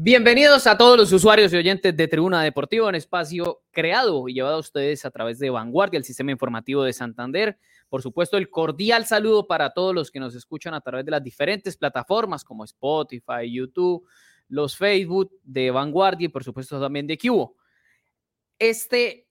Bienvenidos a todos los usuarios y oyentes de Tribuna Deportiva, un espacio creado y llevado a ustedes a través de Vanguardia, el sistema informativo de Santander. Por supuesto, el cordial saludo para todos los que nos escuchan a través de las diferentes plataformas como Spotify, YouTube, los Facebook de Vanguardia y por supuesto también de Cubo. Este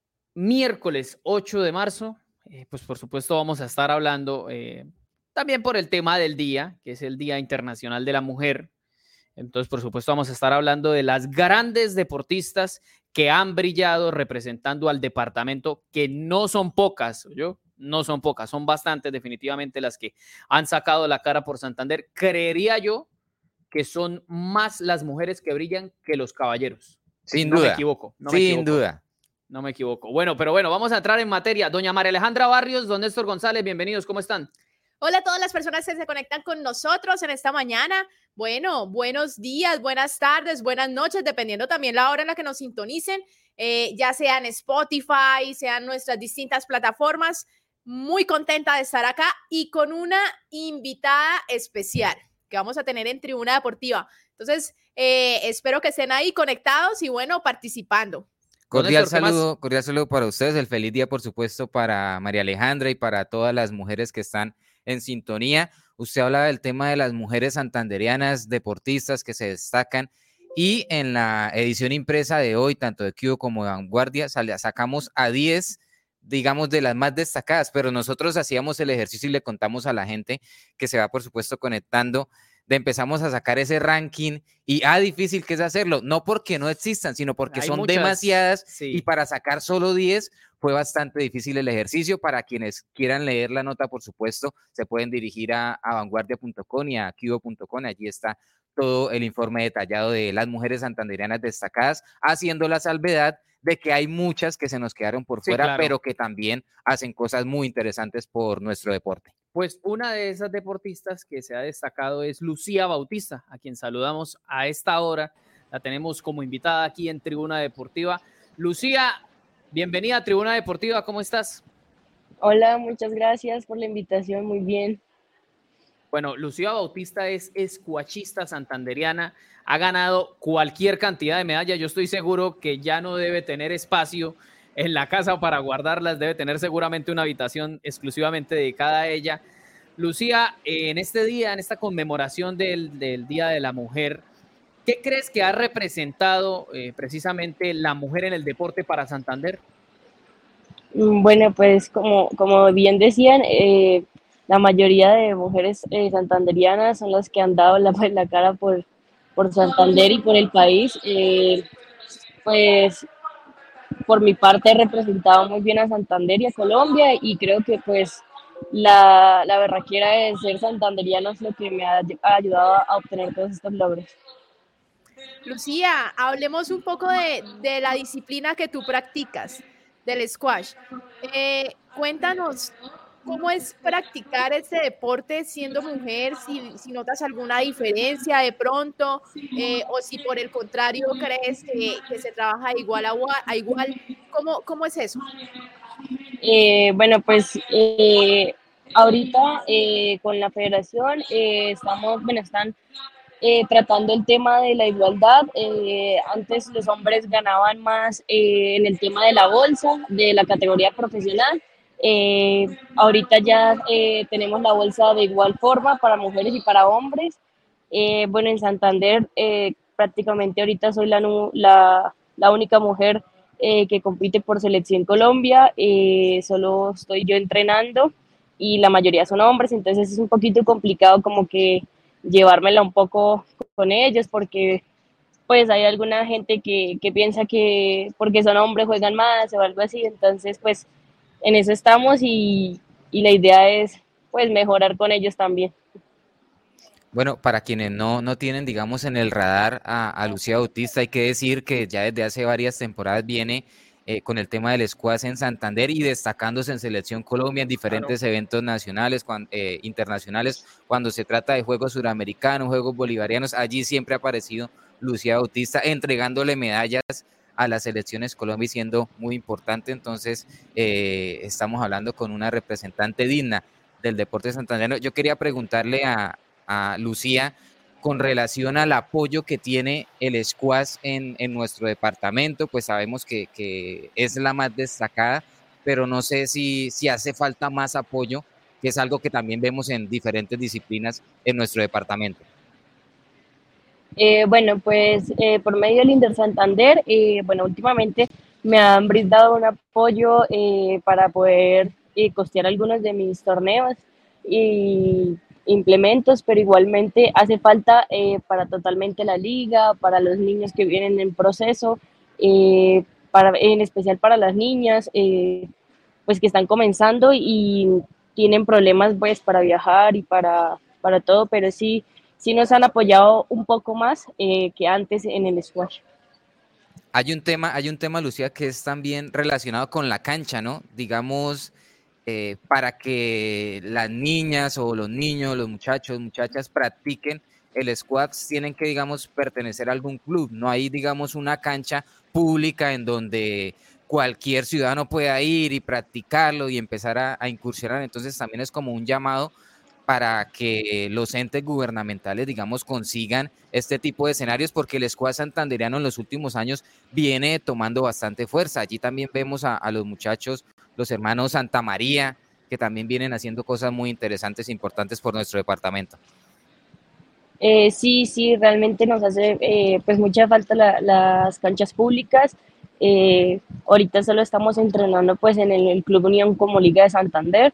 miércoles 8 de marzo, pues por supuesto vamos a estar hablando también por el tema del día, que es el Día Internacional de la Mujer. Entonces, por supuesto, vamos a estar hablando de las grandes deportistas que han brillado representando al departamento, que no son pocas, ¿yo? No son pocas, son bastantes definitivamente las que han sacado la cara por Santander. Creería yo que son más las mujeres que brillan que los caballeros. Sin no duda. Me equivoco, no Sin me equivoco. duda. No me equivoco. Bueno, pero bueno, vamos a entrar en materia. Doña María Alejandra Barrios, don Néstor González, bienvenidos, ¿cómo están? Hola a todas las personas que se conectan con nosotros en esta mañana. Bueno, buenos días, buenas tardes, buenas noches, dependiendo también la hora en la que nos sintonicen, ya sea en Spotify, sean nuestras distintas plataformas. Muy contenta de estar acá y con una invitada especial que vamos a tener en Tribuna Deportiva. Entonces, espero que estén ahí conectados y bueno, participando. Cordial saludo para ustedes. El feliz día, por supuesto, para María Alejandra y para todas las mujeres que están en sintonía. Usted hablaba del tema de las mujeres santanderianas, deportistas que se destacan, y en la edición impresa de hoy, tanto de Cubo como de Vanguardia, sacamos a 10, digamos, de las más destacadas, pero nosotros hacíamos el ejercicio y le contamos a la gente que se va, por supuesto, conectando, empezamos a sacar ese ranking y difícil que es hacerlo, no porque no existan, sino porque son muchas, demasiadas, sí. Y para sacar solo 10 fue bastante difícil el ejercicio. Para quienes quieran leer la nota, por supuesto, se pueden dirigir a vanguardia.com y a cubo.com, allí está todo el informe detallado de las mujeres santanderianas destacadas, haciendo la salvedad de que hay muchas que se nos quedaron por fuera, claro, pero que también hacen cosas muy interesantes por nuestro deporte. Pues una de esas deportistas que se ha destacado es Lucía Bautista, a quien saludamos a esta hora. La tenemos como invitada aquí en Tribuna Deportiva. Lucía, bienvenida a Tribuna Deportiva, ¿cómo estás? Hola, muchas gracias por la invitación, muy bien. Bueno, Lucía Bautista es escuachista santanderiana, ha ganado cualquier cantidad de medallas. Yo estoy seguro que ya no debe tener espacio en la casa para guardarlas, debe tener seguramente una habitación exclusivamente dedicada a ella. Lucía, en este día, en esta conmemoración del Día de la Mujer, ¿qué crees que ha representado precisamente la mujer en el deporte para Santander? Bueno, pues como bien decían, la mayoría de mujeres santanderianas son las que han dado la cara por Santander y por el país. Pues por mi parte he representado muy bien a Santander y a Colombia, y creo que pues la berraquera de ser santanderiana es lo que me ha ayudado a obtener todos estos logros. Lucía, hablemos un poco de la disciplina que tú practicas, del squash. Cuéntanos, ¿cómo es practicar este deporte siendo mujer? Si notas alguna diferencia de pronto, o si por el contrario crees que se trabaja igual a igual. ¿Cómo es eso? Bueno, pues ahorita con la federación están tratando el tema de la igualdad. Antes los hombres ganaban más en el tema de la bolsa, de la categoría profesional. Ahorita ya tenemos la bolsa de igual forma para mujeres y para hombres. Bueno, en Santander prácticamente ahorita soy la única mujer que compite por Selección Colombia. Solo estoy yo entrenando y la mayoría son hombres, entonces es un poquito complicado como que llevármela un poco con ellos, porque pues hay alguna gente que piensa que porque son hombres juegan más o algo así. Entonces pues en eso estamos y la idea es pues mejorar con ellos también. Bueno, para quienes no tienen, digamos, en el radar a Lucía Bautista, hay que decir que ya desde hace varias temporadas viene con el tema del squash en Santander y destacándose en Selección Colombia en diferentes eventos nacionales, internacionales, cuando se trata de Juegos Suramericanos, Juegos Bolivarianos. Allí siempre ha aparecido Lucía Bautista entregándole medallas a las selecciones Colombia y siendo muy importante. Entonces, estamos hablando con una representante digna del deporte santandereano. Yo quería preguntarle a Lucía, con relación al apoyo que tiene el squash en nuestro departamento, pues sabemos que es la más destacada, pero no sé si hace falta más apoyo, que es algo que también vemos en diferentes disciplinas en nuestro departamento. Bueno, pues por medio del Inder Santander, bueno, últimamente me han brindado un apoyo para poder costear algunos de mis torneos y implementos, pero igualmente hace falta para totalmente la liga, para los niños que vienen en proceso, en especial para las niñas, pues que están comenzando y tienen problemas pues para viajar y para todo, pero sí nos han apoyado un poco más que antes en el squash. Hay un tema, Lucía, que es también relacionado con la cancha, ¿no? Digamos, para que las niñas o los niños, los muchachos, muchachas practiquen el squash, tienen que, digamos, pertenecer a algún club. No hay, digamos, una cancha pública en donde cualquier ciudadano pueda ir y practicarlo y empezar a incursionar. Entonces también es como un llamado para que los entes gubernamentales, digamos, consigan este tipo de escenarios, porque el squash santandereano en los últimos años viene tomando bastante fuerza. Allí también vemos a los muchachos, los hermanos Santa María, que también vienen haciendo cosas muy interesantes e importantes por nuestro departamento. Sí, realmente nos hace pues mucha falta las canchas públicas. Ahorita solo estamos entrenando pues en el Club Unión como Liga de Santander.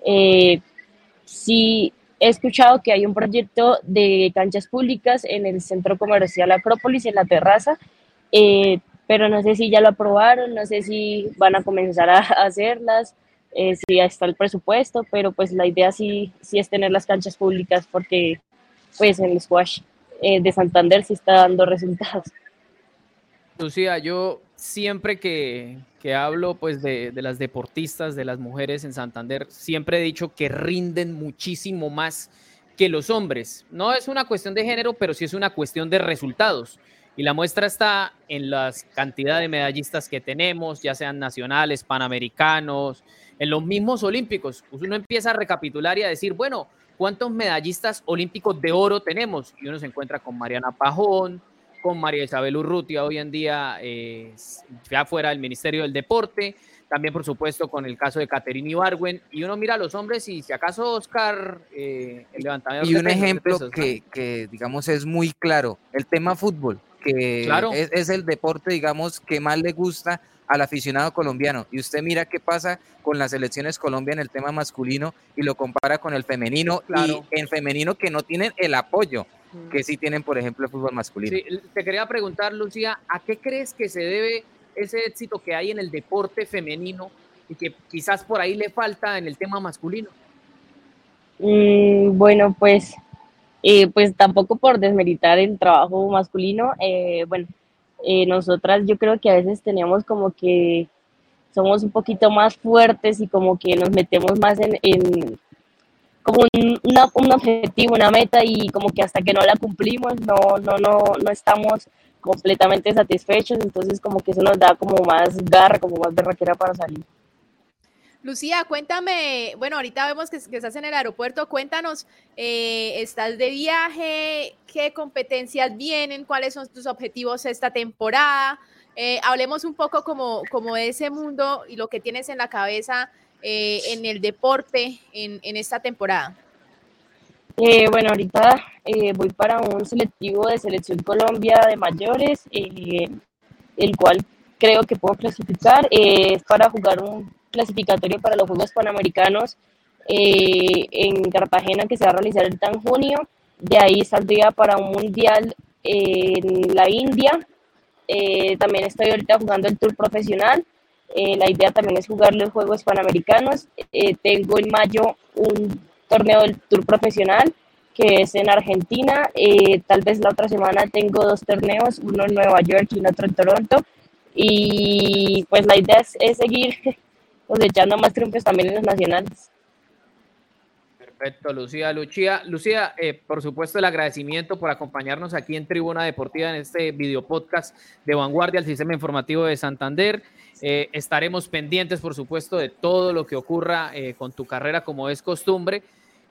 Sí, he escuchado que hay un proyecto de canchas públicas en el Centro Comercial Acrópolis, en la terraza, pero no sé si ya lo aprobaron, no sé si van a comenzar a hacerlas, si ya está el presupuesto, pero pues la idea sí es tener las canchas públicas porque pues el squash de Santander sí está dando resultados. Lucía, yo siempre que hablo pues de las deportistas, de las mujeres en Santander, siempre he dicho que rinden muchísimo más que los hombres. No es una cuestión de género, pero sí es una cuestión de resultados. Y la muestra está en la cantidad de medallistas que tenemos, ya sean nacionales, panamericanos, en los mismos olímpicos. Pues uno empieza a recapitular y a decir, bueno, ¿cuántos medallistas olímpicos de oro tenemos? Y uno se encuentra con Mariana Pajón, con María Isabel Urrutia, hoy en día ya fuera del Ministerio del Deporte, también por supuesto con el caso de Caterina Ibargüen, y uno mira a los hombres y si acaso Oscar, el levantador y de un pesos, ejemplo ¿no? que digamos es muy claro, el tema fútbol, que Claro. es el deporte, digamos, que más le gusta al aficionado colombiano, y usted mira qué pasa con las selecciones Colombia en el tema masculino y lo compara con el femenino, Claro. Y en femenino que no tienen el apoyo que sí tienen, por ejemplo, el fútbol masculino. Sí, te quería preguntar, Lucía, ¿a qué crees que se debe ese éxito que hay en el deporte femenino y que quizás por ahí le falta en el tema masculino? Bueno, pues tampoco por desmeritar el trabajo masculino, nosotras yo creo que a veces teníamos como que somos un poquito más fuertes y como que nos metemos más en como un objetivo, una meta y como que hasta que no la cumplimos no estamos completamente satisfechos, entonces como que eso nos da como más garra, como más berraquera para salir. Lucía, cuéntame, bueno, ahorita vemos que estás en el aeropuerto, cuéntanos, ¿estás de viaje? ¿Qué competencias vienen? ¿Cuáles son tus objetivos esta temporada? Hablemos un poco como de ese mundo y lo que tienes en la cabeza en el deporte en esta temporada. Bueno, ahorita voy para un selectivo de Selección Colombia de mayores, el cual creo que puedo clasificar. Es para jugar un clasificatorio para los Juegos Panamericanos en Cartagena, que se va a realizar ahorita en junio. De ahí saldría para un mundial en la India. También estoy ahorita jugando el Tour profesional. La idea también es jugar los Juegos Panamericanos. Tengo en mayo un torneo del Tour profesional que es en Argentina. Tal vez la otra semana tengo 2 torneos, uno en Nueva York y otro en Toronto. Y pues la idea es seguir cosechando más triunfos también en los nacionales. Perfecto, Lucía. Lucía, por supuesto, el agradecimiento por acompañarnos aquí en Tribuna Deportiva en este video podcast de Vanguardia, el Sistema Informativo de Santander. Estaremos pendientes, por supuesto, de todo lo que ocurra con tu carrera, como es costumbre.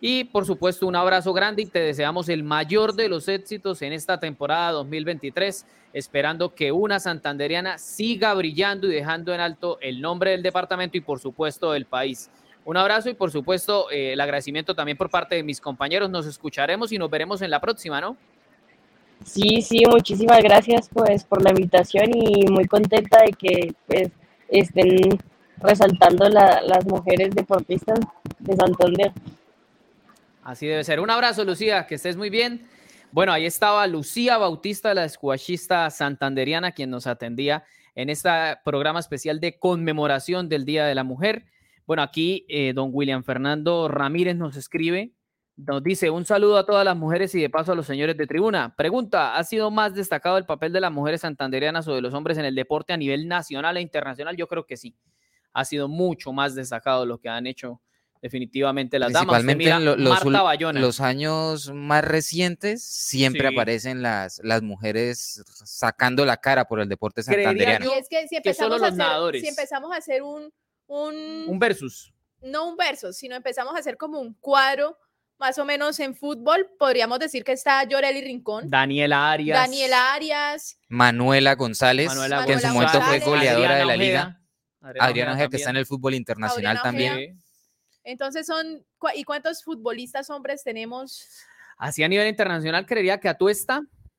Y por supuesto un abrazo grande y te deseamos el mayor de los éxitos en esta temporada 2023, esperando que una santanderiana siga brillando y dejando en alto el nombre del departamento y por supuesto del país. Un abrazo y por supuesto el agradecimiento también por parte de mis compañeros. Nos escucharemos y nos veremos en la próxima, ¿no? Sí, muchísimas gracias pues por la invitación y muy contenta de que pues estén resaltando las mujeres deportistas de Santander. Así debe ser. Un abrazo, Lucía, que estés muy bien. Bueno, ahí estaba Lucía Bautista, la squashista santanderiana, quien nos atendía en este programa especial de conmemoración del Día de la Mujer. Bueno, aquí don William Fernando Ramírez nos escribe, nos dice, un saludo a todas las mujeres y de paso a los señores de tribuna. Pregunta, ¿ha sido más destacado el papel de las mujeres santanderianas o de los hombres en el deporte a nivel nacional e internacional? Yo creo que sí. Ha sido mucho más destacado lo que han hecho definitivamente las damas. Principalmente Marta Bayona. Los años más recientes siempre aparecen las mujeres sacando la cara por el deporte santanderiano. Y es que si empezamos a hacer un versus. No un versus, sino empezamos a hacer como un cuadro, más o menos en fútbol, podríamos decir que está Yoreli Rincón, Daniela Arias, Manuela González, que en su momento fue goleadora de la liga. Adriana Ojeda, que está en el fútbol internacional también. Entonces ¿y cuántos futbolistas hombres tenemos? Así a nivel internacional creería que Atuesta,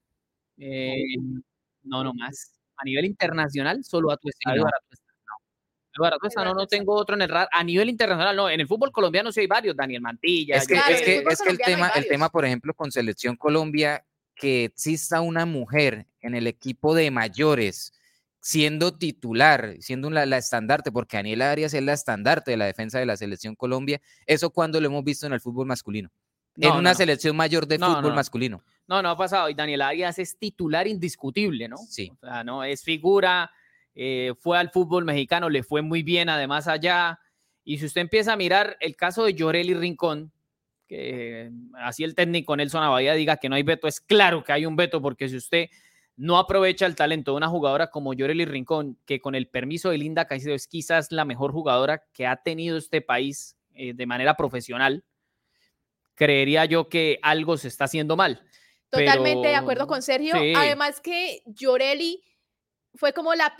no más. A nivel internacional, solo Atuesta. Eduardo Atuesta, no tengo otro en el radar. A nivel internacional, no. En el fútbol colombiano sí hay varios, Daniel Mantilla. Es que el tema, por ejemplo, con Selección Colombia, que exista una mujer en el equipo de mayores, siendo titular, siendo la estandarte, porque Daniela Arias es la estandarte de la defensa de la Selección Colombia, eso cuando lo hemos visto en el fútbol masculino, selección mayor de fútbol masculino. No ha pasado, y Daniela Arias es titular indiscutible, ¿no? Sí. O sea, no, es figura, fue al fútbol mexicano, le fue muy bien además allá, y si usted empieza a mirar el caso de Yoreli Rincón, que así el técnico Nelson Abadía diga que no hay veto, es claro que hay un veto, porque si usted no aprovecha el talento de una jugadora como Yoreli Rincón, que con el permiso de Linda Caicedo es quizás la mejor jugadora que ha tenido este país de manera profesional, creería yo que algo se está haciendo mal. Totalmente de acuerdo con Sergio. Sí. Además que Yoreli fue como la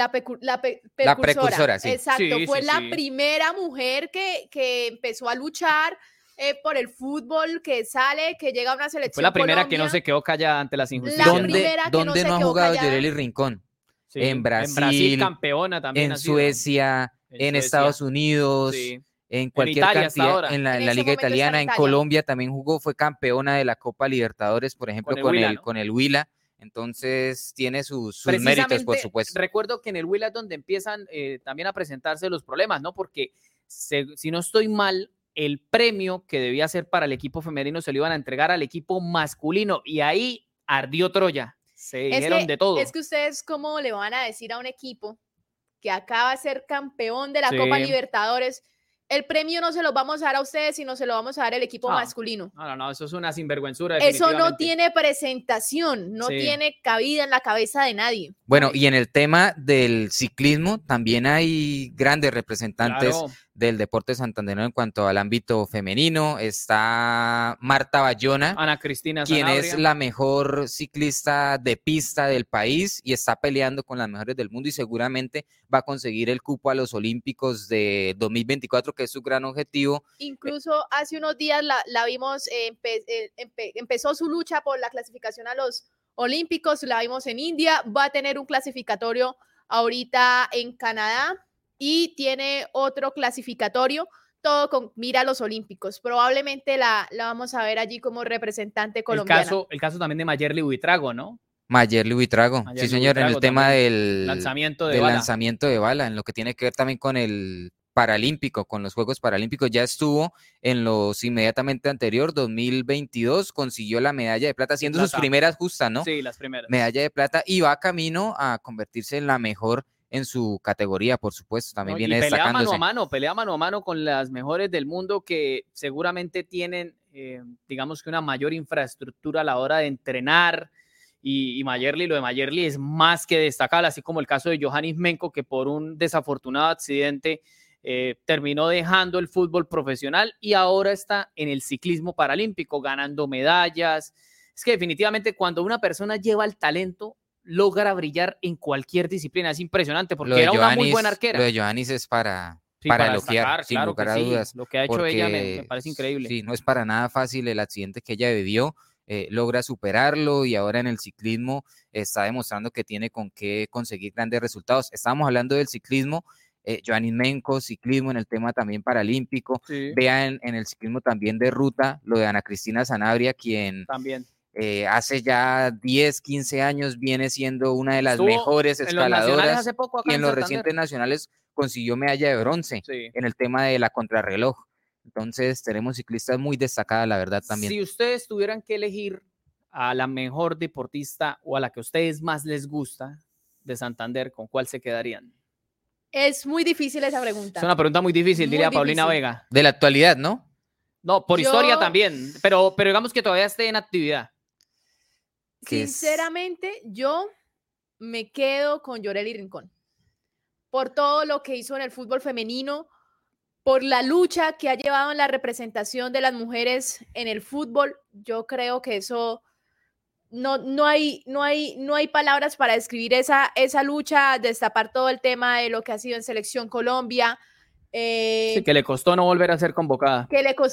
precursora. Sí. Exacto, fue la primera mujer que empezó a luchar por el fútbol, que sale, que llega a una selección. Fue la primera Colombia, que no se quedó callada ante las injusticias. ¿Dónde no ha jugado Yoreli Rincón? Sí. En Brasil, campeona también. En Suecia, en Estados Unidos, en cualquier cantidad, en la Liga Italiana, en Colombia también jugó, fue campeona de la Copa Libertadores, por ejemplo, con el Huila. Entonces tiene sus méritos, por supuesto. Recuerdo que en el Huila es donde empiezan también a presentarse los problemas, ¿no? Porque si no estoy mal, el premio que debía ser para el equipo femenino se lo iban a entregar al equipo masculino y ahí ardió Troya. Se dijeron de todo. Es que ustedes, ¿cómo le van a decir a un equipo que acaba de ser campeón de la Copa Libertadores? El premio no se lo vamos a dar a ustedes, sino se lo vamos a dar al equipo masculino. No, eso es una sinvergüenzura. Eso no tiene presentación, no tiene cabida en la cabeza de nadie. Bueno, y en el tema del ciclismo también hay grandes representantes del deporte santandereano en cuanto al ámbito femenino. Está Marta Bayona, Ana Cristina quien Sanabria, es la mejor ciclista de pista del país y está peleando con las mejores del mundo y seguramente va a conseguir el cupo a los Olímpicos de 2024, que es su gran objetivo. Incluso hace unos días la vimos, empezó su lucha por la clasificación a los Olímpicos, la vimos en India, va a tener un clasificatorio ahorita en Canadá y tiene otro clasificatorio, todo con mira a los Olímpicos. Probablemente la vamos a ver allí como representante colombiana. El caso también de Mayerly Buitrago, ¿no? Mayerly Buitrago, sí señor, en el tema del lanzamiento de bala, en lo que tiene que ver también con el paralímpico, con los Juegos Paralímpicos, ya estuvo en los inmediatamente anterior, 2022, consiguió la medalla de plata, siendo sus primeras justas, ¿no? Sí, las primeras. Medalla de plata y va camino a convertirse en la mejor en su categoría, por supuesto, también viene destacándose. Pelea mano a mano con las mejores del mundo que seguramente tienen, digamos que una mayor infraestructura a la hora de entrenar, y Mayerly, lo de Mayerly es más que destacable, así como el caso de Johannes Menko, que por un desafortunado accidente terminó dejando el fútbol profesional y ahora está en el ciclismo paralímpico, ganando medallas. Es que definitivamente cuando una persona lleva el talento, logra brillar en cualquier disciplina. Es impresionante porque era una muy buena arquera. Lo de Johannis es para elogiar, destacar, sin claro lugar que a sí. dudas. Lo que ha hecho ella me parece increíble. Sí, no es para nada fácil el accidente que ella vivió. Logra superarlo y ahora en el ciclismo está demostrando que tiene con qué conseguir grandes resultados. Estábamos hablando del ciclismo, Joanny Menco, ciclismo en el tema también paralímpico. Sí. Vean en el ciclismo también de ruta lo de Ana Cristina Sanabria, quien también hace ya 10, 15 años viene siendo una de las mejores escaladoras hace poco acá y en los recientes nacionales consiguió medalla de bronce en el tema de la contrarreloj. Entonces tenemos ciclistas muy destacadas, la verdad, también. Si ustedes tuvieran que elegir a la mejor deportista o a la que a ustedes más les gusta de Santander, ¿con cuál se quedarían? Es muy difícil esa pregunta. Es una pregunta muy difícil, diría Paulina Vega. De la actualidad, ¿no? No, por historia también, pero digamos que todavía esté en actividad. Sinceramente, yo me quedo con Yorely Rincón. Por todo lo que hizo en el fútbol femenino, por la lucha que ha llevado en la representación de las mujeres en el fútbol, yo creo que eso no hay palabras para describir esa lucha, destapar todo el tema de lo que ha sido en Selección Colombia. Sí, que le costó no volver a ser convocada.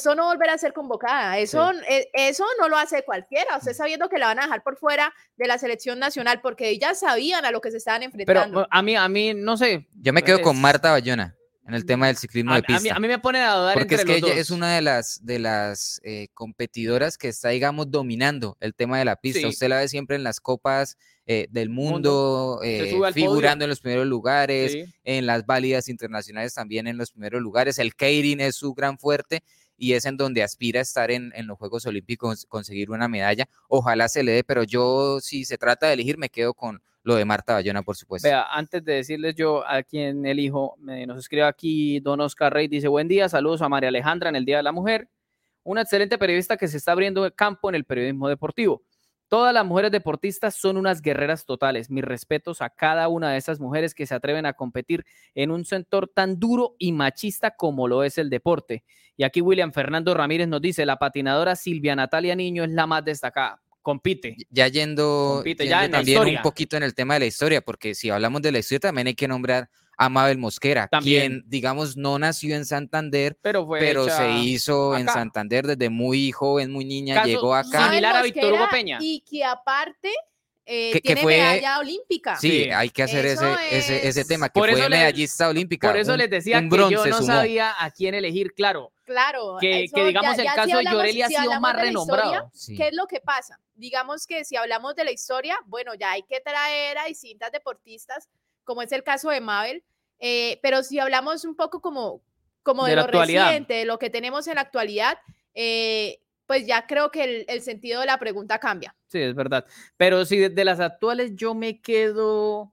Eso no lo hace cualquiera. Usted sabiendo que la van a dejar por fuera de la selección nacional porque ellas sabían a lo que se estaban enfrentando. Pero a mí no sé. Yo me quedo con Marta Bayona en el tema del ciclismo de pista. A mí me pone a dudar porque entre es que los ella dos. es una de las competidoras que está, digamos, dominando el tema de la pista. Sí. Usted la ve siempre en las copas del mundo figurando en los primeros lugares, en las válidas internacionales también en los primeros lugares. El keirin es su gran fuerte y es en donde aspira a estar en los Juegos Olímpicos, conseguir una medalla. Ojalá se le dé, pero yo, si se trata de elegir, me quedo con lo de Marta Bayona, por supuesto. Vea, antes de decirles yo a quién elijo, nos escribe aquí Don Oscar Rey, dice: buen día, saludos a María Alejandra en el Día de la Mujer, una excelente periodista que se está abriendo de campo en el periodismo deportivo. Todas las mujeres deportistas son unas guerreras totales. Mis respetos a cada una de esas mujeres que se atreven a competir en un sector tan duro y machista como lo es el deporte. Y aquí William Fernando Ramírez nos dice: la patinadora Silvia Natalia Niño es la más destacada. Compite. Ya yendo también un poquito en el tema de la historia, porque si hablamos de la historia también hay que nombrar a Mabel Mosquera, quien, digamos, no nació en Santander, pero se hizo acá en Santander desde muy joven, muy niña, llegó acá. Similar a Víctor Hugo Peña. Y que aparte tiene medalla olímpica. Sí, hay que hacer ese tema, que fue medallista olímpica. Por eso les decía que yo no sabía a quién elegir, claro, que digamos el caso de Yorely ha sido más renombrado. ¿Qué es lo que pasa? Digamos que si hablamos de la historia, bueno, ya hay que traer a distintas deportistas, como es el caso de Mabel, pero si hablamos un poco como de lo reciente, de lo que tenemos en la actualidad, pues ya creo que el sentido de la pregunta cambia. Sí, es verdad. Pero si de las actuales yo me quedo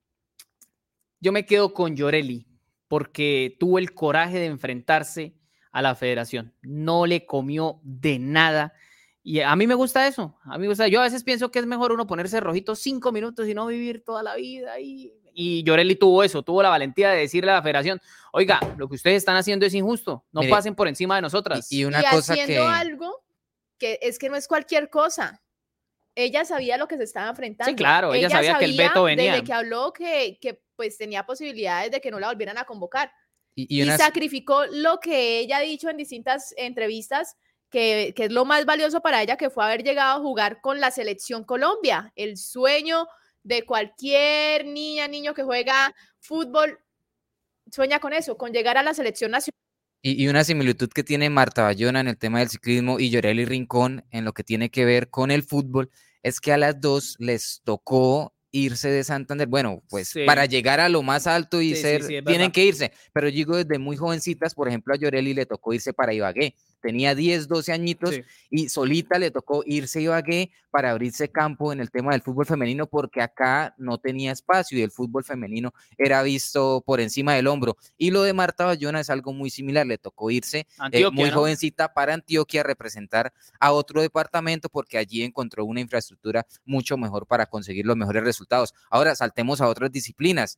con Yorely, porque tuvo el coraje de enfrentarse a la federación. No le comió de nada. Y a mí me gusta eso. Yo a veces pienso que es mejor uno ponerse rojito 5 minutos y no vivir toda la vida. Y Yorely tuvo eso, tuvo la valentía de decirle a la federación: oiga, lo que ustedes están haciendo es injusto, no pasen por encima de nosotras. Y una cosa haciendo algo que es que no es cualquier cosa. Ella sabía lo que se estaba enfrentando. Sí, claro, ella sabía que el veto venía. Desde que habló que pues tenía posibilidades de que no la volvieran a convocar. Y sacrificó lo que ella ha dicho en distintas entrevistas, que es lo más valioso para ella, que fue haber llegado a jugar con la Selección Colombia. El sueño de cualquier niño que juega fútbol, sueña con eso, con llegar a la selección nacional. Y una similitud que tiene Marta Bayona en el tema del ciclismo y Yorely Rincón en lo que tiene que ver con el fútbol es que a las dos les tocó irse de Santander, bueno, pues para llegar a lo más alto y tienen que irse, pero digo desde muy jovencitas, por ejemplo a Yorely le tocó irse para Ibagué, tenía 10, 12 añitos y solita le tocó irse a Ibagué para abrirse campo en el tema del fútbol femenino porque acá no tenía espacio y el fútbol femenino era visto por encima del hombro. Y lo de Marta Bayona es algo muy similar, le tocó irse muy jovencita para Antioquia a representar a otro departamento porque allí encontró una infraestructura mucho mejor para conseguir los mejores resultados. Ahora saltemos a otras disciplinas.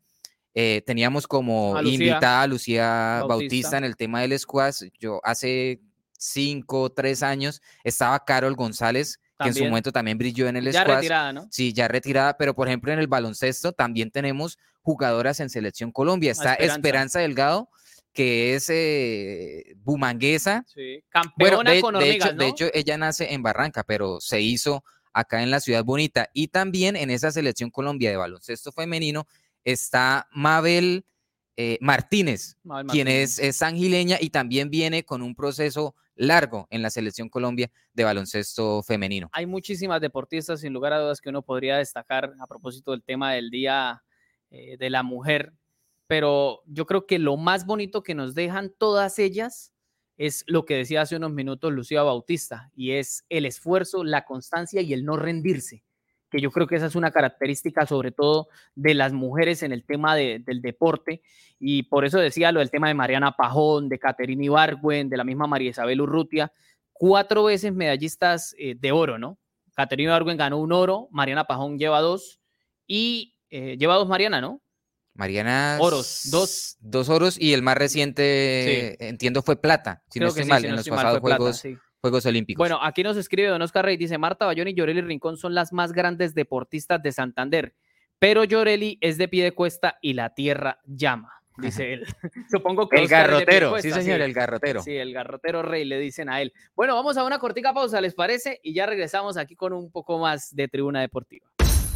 Teníamos como A Lucía invitada a Lucía Bautista. Bautista en el tema del squash. Yo hace 5 o 3 años estaba Carol González, que en su También. momento también brilló en el Ya squash. retirada, ¿no? Sí, ya retirada, pero por ejemplo en el baloncesto también tenemos jugadoras en Selección Colombia. Está Esperanza Delgado, que es bumanguesa. Sí. Campeona con hormigas, ¿no? De hecho, ella nace en Barranca, pero se hizo acá en la Ciudad Bonita. Y también en esa Selección Colombia de baloncesto femenino está Mabel Martínez, quien es sangileña y también viene con un proceso largo en la Selección Colombia de baloncesto femenino. Hay muchísimas deportistas, sin lugar a dudas, que uno podría destacar a propósito del tema del Día de la Mujer, pero yo creo que lo más bonito que nos dejan todas ellas es lo que decía hace unos minutos Lucía Bautista, y es el esfuerzo, la constancia y el no rendirse, que yo creo que esa es una característica sobre todo de las mujeres en el tema del deporte, y por eso decía lo del tema de Mariana Pajón, de Caterina Ibargüen, de la misma María Isabel Urrutia, 4 veces medallistas de oro, ¿no? Caterina Ibargüen ganó un oro, Mariana Pajón lleva 2, y lleva 2 Mariana, ¿no? Mariana, oros, 2. 2 oros, y el más reciente, sí, entiendo, fue plata, si creo no estoy mal, en los pasados Juegos, plata, sí. Juegos Olímpicos. Bueno, aquí nos escribe Don Oscar Rey, dice: Marta Bayón y Yoreli Rincón son las más grandes deportistas de Santander, pero Yoreli es de pie de cuesta y la tierra llama, dice él. Supongo que el garrotero, sí señor, sí. El garrotero. Sí, el garrotero Rey, le dicen a él. Bueno, vamos a una cortica pausa, ¿les parece? Y ya regresamos aquí con un poco más de Tribuna Deportiva.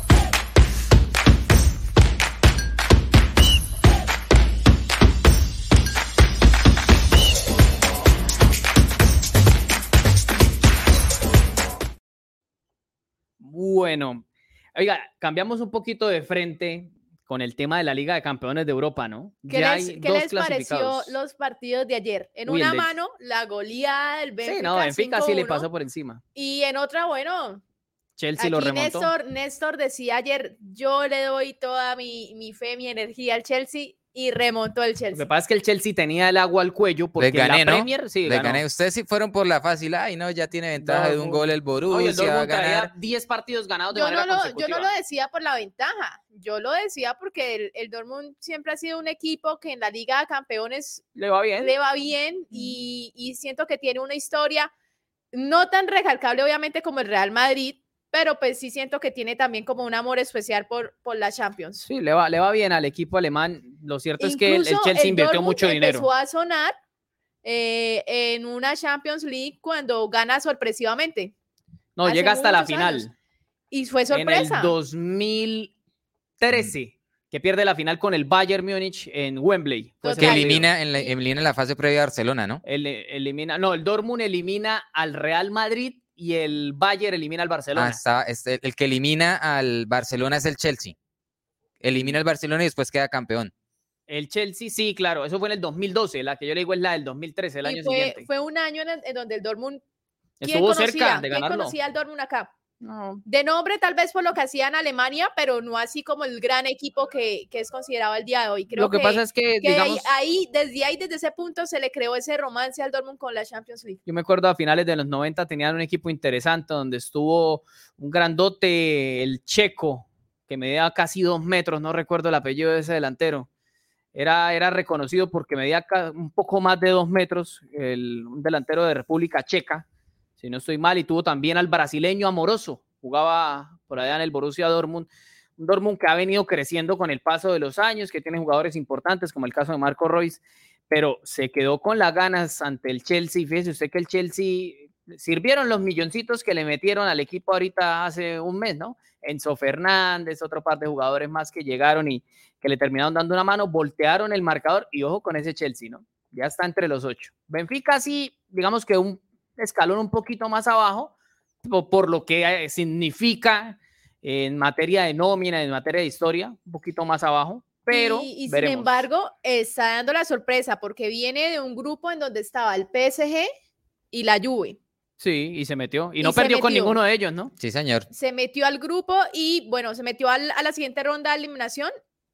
Bueno, oiga, cambiamos un poquito de frente con el tema de la Liga de Campeones de Europa, ¿no? ¿Qué les pareció los partidos de ayer? En una mano, la goleada del Benfica. Sí, no, Benfica sí le pasó por encima. Y en otra, bueno, Chelsea lo remontó. Néstor decía ayer: yo le doy toda mi fe, mi energía al Chelsea, y remontó el Chelsea. Lo que pasa es que el Chelsea tenía el agua al cuello porque gané, la Premier, sí, le gané. Ustedes sí fueron por la fácil. Ay, no, ya tiene ventaja de un gol el Borussia, va a ganar 10 partidos ganados de manera consecutiva. Yo no lo decía por la ventaja, yo lo decía porque el Dortmund siempre ha sido un equipo que en la Liga de Campeones le va bien y siento que tiene una historia no tan recalcable obviamente como el Real Madrid, pero pues sí siento que tiene también como un amor especial por la Champions. Sí, le va bien al equipo alemán. Lo cierto es que el Chelsea invirtió mucho dinero. Empezó a sonar en una Champions League cuando gana sorpresivamente. No, llega hasta la final. Años. Y fue sorpresa. En el 2013, que pierde la final con el Bayern Múnich en Wembley. Que elimina en la fase previa a Barcelona, ¿no? El Dortmund elimina al Real Madrid y el Bayern elimina al Barcelona. El que elimina al Barcelona es el Chelsea. Elimina al Barcelona y después queda campeón. El Chelsea, sí, claro. Eso fue en el 2012. La que yo le digo es la del 2013, el año siguiente. Fue un año en donde el Dortmund estuvo cerca de ganarlo. ¿Quién conocía al Dortmund acá? No. De nombre, tal vez por lo que hacía en Alemania, pero no así como el gran equipo que es considerado el día de hoy. Creo lo que pasa es que digamos, desde ese punto se le creó ese romance al Dortmund con la Champions League. Yo me acuerdo a finales de los 90 tenían un equipo interesante donde estuvo un grandote, el checo, que medía casi 2 metros, no recuerdo el apellido de ese delantero. Era reconocido porque medía un poco más de 2 metros, un delantero de República Checa, si no estoy mal, y tuvo también al brasileño Amoroso, jugaba por allá en el Borussia Dortmund, un Dortmund que ha venido creciendo con el paso de los años, que tiene jugadores importantes como el caso de Marco Reus, pero se quedó con las ganas ante el Chelsea. Fíjese usted que el Chelsea sirvieron los milloncitos que le metieron al equipo ahorita hace un mes, ¿no? Enzo Fernández, otro par de jugadores más que llegaron y que le terminaron dando una mano, voltearon el marcador y ojo con ese Chelsea, ¿no? Ya está entre los 8. Benfica sí, digamos que un escalón un poquito más abajo, por lo que significa en materia de nómina, en materia de historia, un poquito más abajo, pero y sin embargo está dando la sorpresa porque viene de un grupo en donde estaba el PSG y la Juve. Sí, y se metió, y no perdió con ninguno de ellos, ¿no? Sí, señor. Se metió al grupo y bueno, se metió a la siguiente ronda de eliminación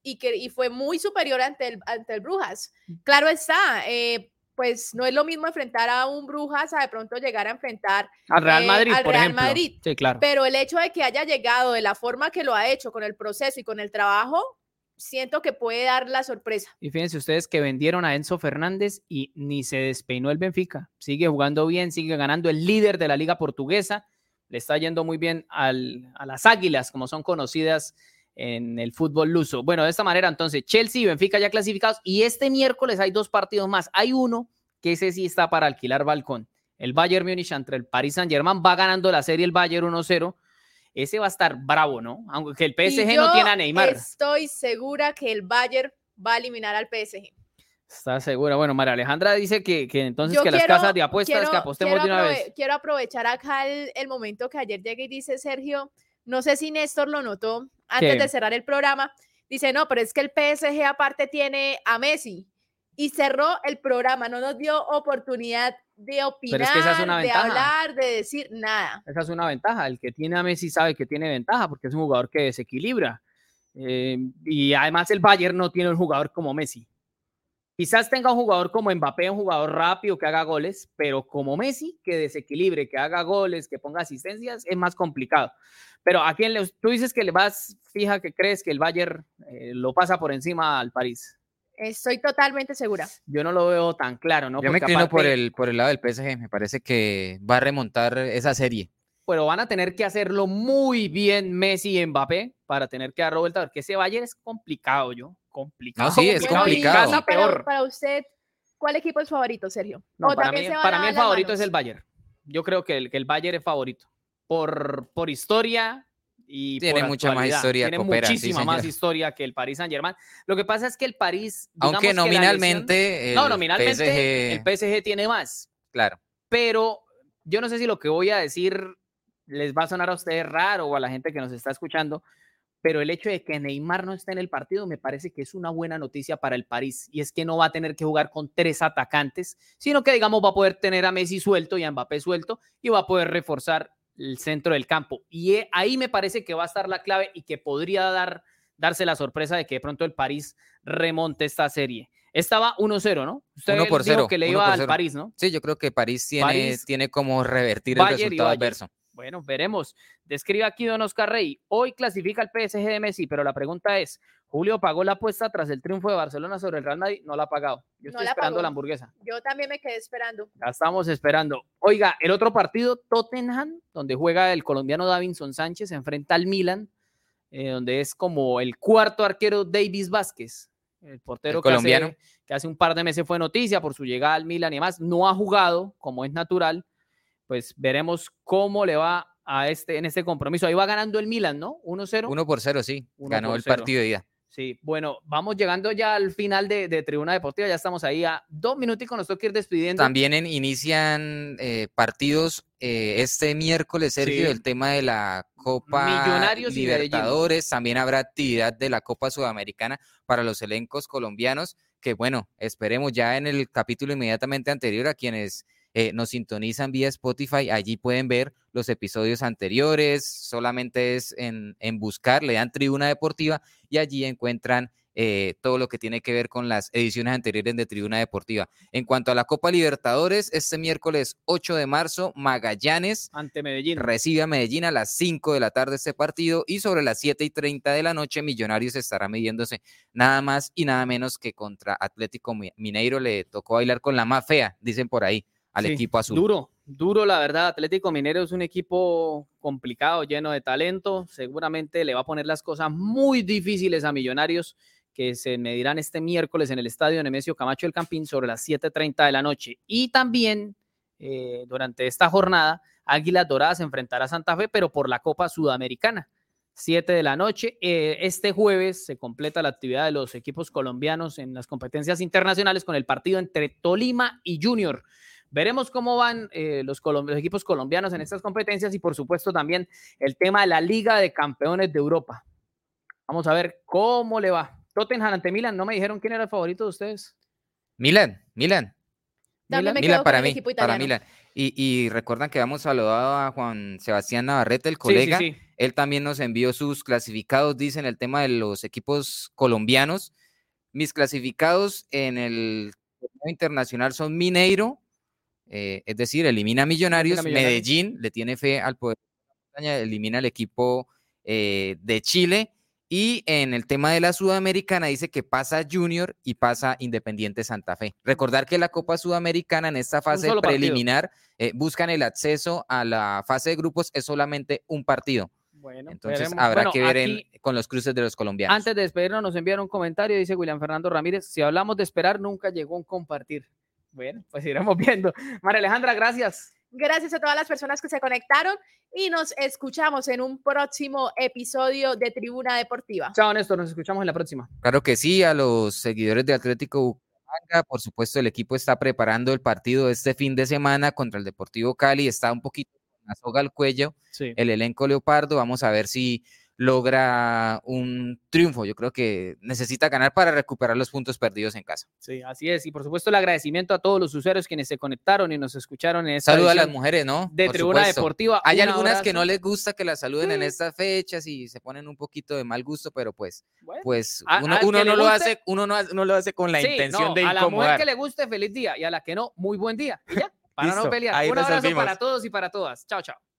y fue muy superior ante el Brujas. Claro está, pues no es lo mismo enfrentar a un Brujas a de pronto llegar a enfrentar al Real Madrid, por ejemplo. Madrid. Sí, claro. Pero el hecho de que haya llegado de la forma que lo ha hecho, con el proceso y con el trabajo, siento que puede dar la sorpresa. Y fíjense ustedes que vendieron a Enzo Fernández y ni se despeinó el Benfica. Sigue jugando bien, sigue ganando, el líder de la liga portuguesa. Le está yendo muy bien a las Águilas, como son conocidas en el fútbol luso. Bueno, de esta manera entonces Chelsea y Benfica ya clasificados, y este miércoles hay 2 partidos más. Hay uno que ese sí está para alquilar balcón. El Bayern Múnich entre el Paris Saint-Germain, va ganando la serie el Bayern 1-0. Ese va a estar bravo, ¿no? Aunque el PSG no tiene a Neymar. Estoy segura que el Bayern va a eliminar al PSG. ¿Está segura? Bueno, María Alejandra dice que entonces las casas de apuestas que apostemos de una vez. Quiero aprovechar acá el momento que ayer llegué y dice Sergio, no sé si Néstor lo notó antes de cerrar el programa, dice, no, pero es que el PSG aparte tiene a Messi, y cerró el programa, no nos dio oportunidad de opinar, pero es que esa es una de ventaja. hablar, de decir nada. Esa es una ventaja. El que tiene a Messi sabe que tiene ventaja porque es un jugador que desequilibra. Y además el Bayern no tiene un jugador como Messi. Quizás tenga un jugador como Mbappé, un jugador rápido que haga goles, pero como Messi, que desequilibre, que haga goles, que ponga asistencias, es más complicado. Pero ¿a quién tú dices que le vas fija que crees que el Bayern lo pasa por encima al París? Estoy totalmente segura. Yo no lo veo tan claro, ¿no? Yo me inclino por el lado del PSG. Me parece que va a remontar esa serie. Pero van a tener que hacerlo muy bien Messi y Mbappé para tener que dar vuelta, porque ese Bayern es complicado, complicado. No, sí, es complicado. Para usted, ¿cuál equipo es favorito, Sergio? No, para mí el favorito es el Bayern. Yo creo que el Bayern es favorito por historia y tiene mucha más historia. Tiene muchísima más historia que el Paris Saint-Germain. Lo que pasa es que el París, aunque nominalmente, nominalmente el PSG tiene más. Claro. Pero yo no sé si lo que voy a decir les va a sonar a ustedes raro o a la gente que nos está escuchando, pero el hecho de que Neymar no esté en el partido me parece que es una buena noticia para el París, y es que no va a tener que jugar con 3 atacantes, sino que, digamos, va a poder tener a Messi suelto y a Mbappé suelto, y va a poder reforzar el centro del campo. Y ahí me parece que va a estar la clave y que podría darse la sorpresa de que de pronto el París remonte esta serie. Estaba 1-0, ¿no? Usted 1-0, dijo que le iba al París, ¿no? Sí, yo creo que París tiene como revertir el resultado adverso. Bueno, veremos. Describe aquí don Oscar Rey. Hoy clasifica el PSG de Messi, pero la pregunta es, ¿Julio pagó la apuesta tras el triunfo de Barcelona sobre el Real Madrid? No la ha pagado. Yo estoy esperando la hamburguesa. Yo también me quedé esperando. La estamos esperando. Oiga, el otro partido, Tottenham, donde juega el colombiano Davinson Sánchez, se enfrenta al Milan, donde es como el cuarto arquero Davis Vázquez, el portero colombiano que hace un par de meses fue noticia por su llegada al Milan y demás. No ha jugado, como es natural. Pues veremos cómo le va en este compromiso. Ahí va ganando el Milan, ¿no? 1-0. 1-0, sí. Ganó el partido de ida. Sí, bueno, vamos llegando ya al final de Tribuna Deportiva. Ya estamos ahí a 2 minuticos, nos toca ir despidiendo. También inician partidos este miércoles, Sergio, el tema de la Copa Millonarios Libertadores. También habrá actividad de la Copa Sudamericana para los elencos colombianos, que bueno, esperemos ya en el capítulo inmediatamente anterior a quienes nos sintonizan vía Spotify, allí pueden ver los episodios anteriores, solamente es en buscar, le dan Tribuna Deportiva y allí encuentran todo lo que tiene que ver con las ediciones anteriores de Tribuna Deportiva. En cuanto a la Copa Libertadores, este miércoles 8 de marzo, Magallanes ante Medellín recibe a Medellín a las 5 de la tarde este partido, y sobre las 7:30 de la noche Millonarios estará midiéndose nada más y nada menos que contra Atlético Mineiro. Le tocó bailar con la más fea, dicen por ahí, al equipo azul. Duro, la verdad. Atlético Mineiro es un equipo complicado, lleno de talento. Seguramente le va a poner las cosas muy difíciles a Millonarios, que se medirán este miércoles en el estadio Nemesio Camacho del Campín sobre las 7:30 de la noche. Y también durante esta jornada, Águilas Doradas se enfrentará a Santa Fe, pero por la Copa Sudamericana. 7 de la noche. Este jueves se completa la actividad de los equipos colombianos en las competencias internacionales con el partido entre Tolima y Junior. Veremos cómo van los equipos colombianos en estas competencias, y por supuesto también el tema de la Liga de Campeones de Europa. Vamos a ver cómo le va. Tottenham ante Milan. ¿No me dijeron quién era el favorito de ustedes? Milan. Milan para mí, para Milan. Y recuerdan que habíamos saludado a Juan Sebastián Navarrete, el colega. Sí. Él también nos envió sus clasificados, dicen el tema de los equipos colombianos. Mis clasificados en el torneo internacional son Mineiro, es decir, elimina a Millonarios. Medellín le tiene fe al poder, elimina al equipo de Chile, Y en el tema de la Sudamericana dice que pasa Junior y pasa Independiente Santa Fe. Recordar que la Copa Sudamericana en esta fase preliminar buscan el acceso a la fase de grupos, es solamente un partido. Bueno, entonces habrá que ver con los cruces de los colombianos. Antes de despedirnos nos enviaron un comentario, dice William Fernando Ramírez, si hablamos de esperar, nunca llegó un compartir. Bueno, pues iremos viendo. María Alejandra, gracias. Gracias a todas las personas que se conectaron y nos escuchamos en un próximo episodio de Tribuna Deportiva. Chao, Néstor, nos escuchamos en la próxima. Claro que sí, a los seguidores de Atlético Bucaramanga, por supuesto el equipo está preparando el partido este fin de semana contra el Deportivo Cali, está un poquito con la soga al cuello, sí. El elenco leopardo, vamos a ver si logra un triunfo. Yo creo que necesita ganar para recuperar los puntos perdidos en casa. Sí, así es. Y por supuesto el agradecimiento a todos los usuarios quienes se conectaron y nos escucharon en esta Saludos a las mujeres, ¿no? De Tribuna Deportiva. Hay algunas que no les gusta que las saluden en estas fechas y se ponen un poquito de mal gusto, pero pues, bueno, pues uno no lo hace con la intención de incomodar. A la mujer que le guste, feliz día, y a la que no, muy buen día. Y ya, para no pelear. Un abrazo para todos y para todas. Chao, chao.